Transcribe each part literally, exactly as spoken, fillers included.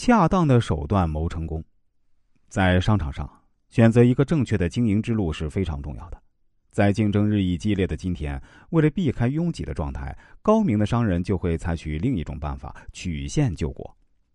恰当的手段谋成功。在商场上，选择一个正确的经营之路是非常重要的。在竞争日益激烈的今天，为了避开拥挤的状态，高明的商人就会采取另一种办法，曲线救国。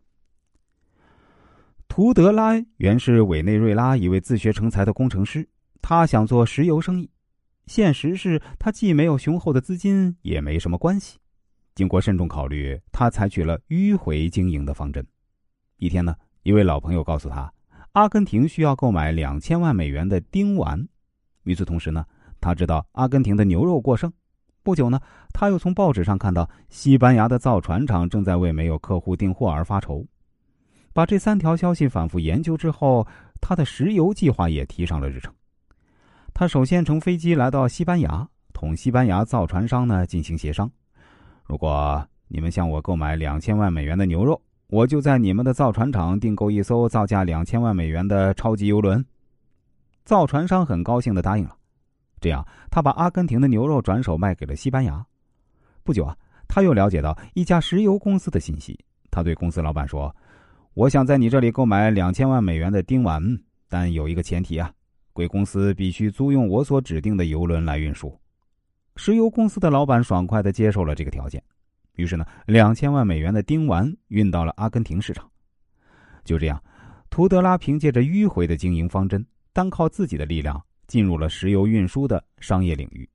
图德拉原是委内瑞拉一位自学成才的工程师，他想做石油生意。现实是他既没有雄厚的资金，也没什么关系。经过慎重考虑，他采取了迂回经营的方针。一天呢，一位老朋友告诉他，阿根廷需要购买两千万美元的丁烷。与此同时呢，他知道阿根廷的牛肉过剩。不久呢，他又从报纸上看到西班牙的造船厂正在为没有客户订货而发愁。把这三条消息反复研究之后，他的石油计划也提上了日程。他首先乘飞机来到西班牙，同西班牙造船商呢进行协商。如果你们向我购买两千万美元的牛肉，我就在你们的造船厂订购一艘造价两千万美元的超级游轮。造船商很高兴地答应了。这样，他把阿根廷的牛肉转手卖给了西班牙。不久啊，他又了解到一家石油公司的信息。他对公司老板说，我想在你这里购买两千万美元的丁烷，但有一个前提啊，贵公司必须租用我所指定的邮轮来运输。石油公司的老板爽快地接受了这个条件。于是呢，两千万美元的丁烷运到了阿根廷市场。就这样，图德拉凭借着迂回的经营方针，单靠自己的力量，进入了石油运输的商业领域。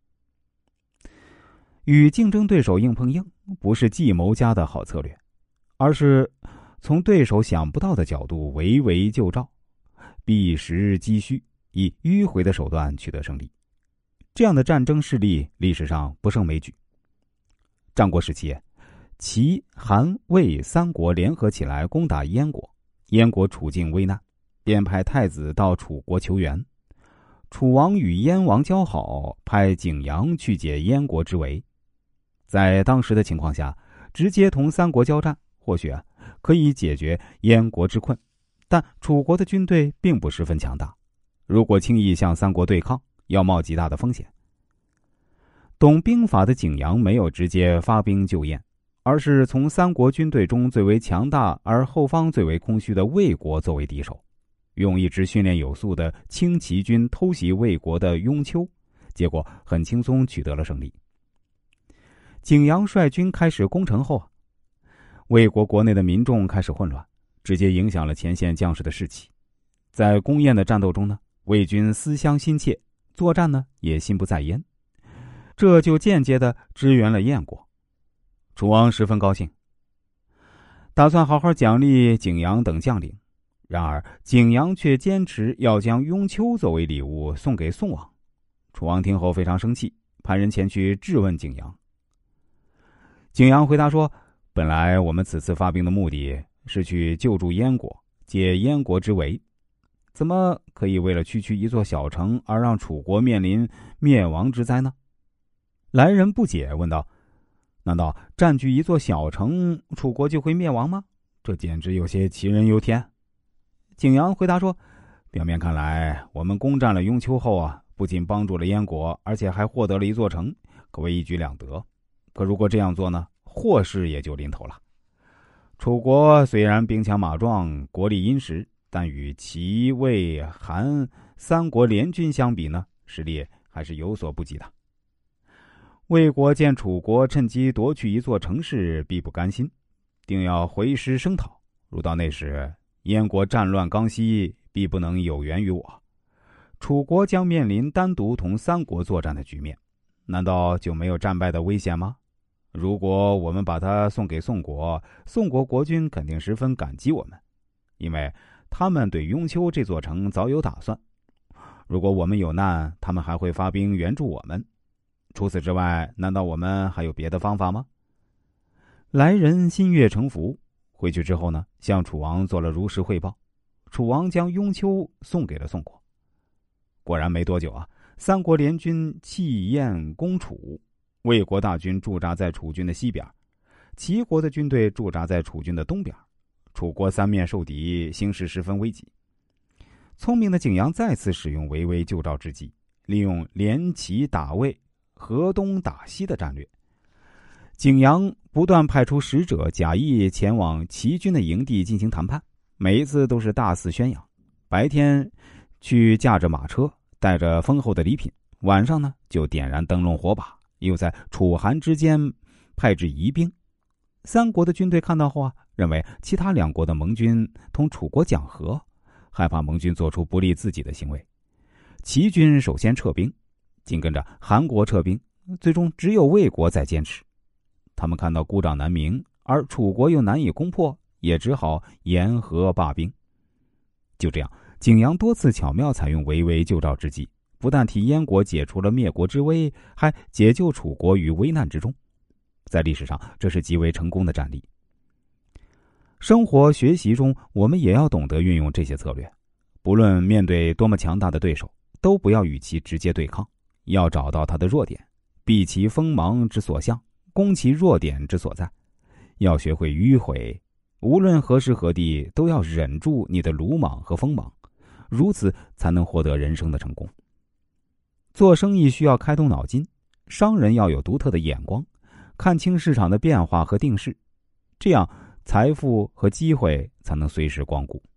与竞争对手硬碰硬，不是计谋家的好策略，而是从对手想不到的角度围魏救赵，避实击虚，以迂回的手段取得胜利。这样的战争事例历史上不胜枚举。战国时期，齐、韩、魏三国联合起来攻打燕国，燕国处境危难，便派太子到楚国求援。楚王与燕王交好，派景阳去解燕国之围。在当时的情况下，直接同三国交战，或许啊可以解决燕国之困，但楚国的军队并不十分强大，如果轻易向三国对抗，要冒极大的风险。懂兵法的景阳没有直接发兵救燕，而是从三国军队中最为强大而后方最为空虚的魏国作为敌手，用一支训练有素的轻骑军偷袭魏国的雍丘，结果很轻松取得了胜利。景阳率军开始攻城后，魏国国内的民众开始混乱，直接影响了前线将士的士气。在攻燕的战斗中呢，魏军思乡心切，作战呢也心不在焉，这就间接地支援了燕国。楚王十分高兴，打算好好奖励景阳等将领。然而景阳却坚持要将雍丘作为礼物送给宋王。楚王听后非常生气，派人前去质问景阳。景阳回答说，本来我们此次发兵的目的是去救助燕国，解燕国之围，怎么可以为了区区一座小城而让楚国面临灭亡之灾呢？来人不解问道，难道占据一座小城，楚国就会灭亡吗？这简直有些杞人忧天。景阳回答说，表面看来，我们攻占了雍丘后啊，不仅帮助了燕国，而且还获得了一座城，可谓一举两得。可如果这样做呢，祸事也就临头了。楚国虽然兵强马壮，国力殷实，但与齐、魏、韩三国联军相比呢，实力还是有所不及的。魏国见楚国趁机夺取一座城市，必不甘心，定要回师声讨。如到那时，燕国战乱刚息，必不能有缘于我，楚国将面临单独同三国作战的局面，难道就没有战败的危险吗？如果我们把它送给宋国，宋国国君肯定十分感激我们，因为他们对雍丘这座城早有打算。如果我们有难，他们还会发兵援助我们。除此之外，难道我们还有别的方法吗？来人心悦诚服，回去之后呢，向楚王做了如实汇报。楚王将雍丘送给了宋国。果然没多久啊，三国联军弃燕攻楚，魏国大军驻扎在楚军的西边，齐国的军队驻扎在楚军的东边，楚国三面受敌，形势十分危急。聪明的景阳再次使用围魏救赵之计，利用联齐打魏、河东打西的战略。 景阳不断派出使者，假意前往齐军的营地进行谈判，每一次都是大肆宣扬。白天去驾着马车，带着丰厚的礼品，晚上呢就点燃灯笼火把，又在楚韩之间派置疑兵。三国的军队看到后啊，认为其他两国的盟军同楚国讲和，害怕盟军做出不利自己的行为。齐军首先撤兵，紧跟着韩国撤兵，最终只有魏国在坚持。他们看到孤掌难鸣，而楚国又难以攻破，也只好言和罢兵。就这样，景阳多次巧妙采用围魏救赵之计，不但替燕国解除了灭国之危，还解救楚国于危难之中。在历史上，这是极为成功的战例。生活学习中，我们也要懂得运用这些策略。不论面对多么强大的对手，都不要与其直接对抗，要找到他的弱点，避其锋芒之所向，攻其弱点之所在。要学会迂回，无论何时何地，都要忍住你的鲁莽和锋芒，如此才能获得人生的成功。做生意需要开动脑筋，商人要有独特的眼光，看清市场的变化和定势，这样财富和机会才能随时光顾。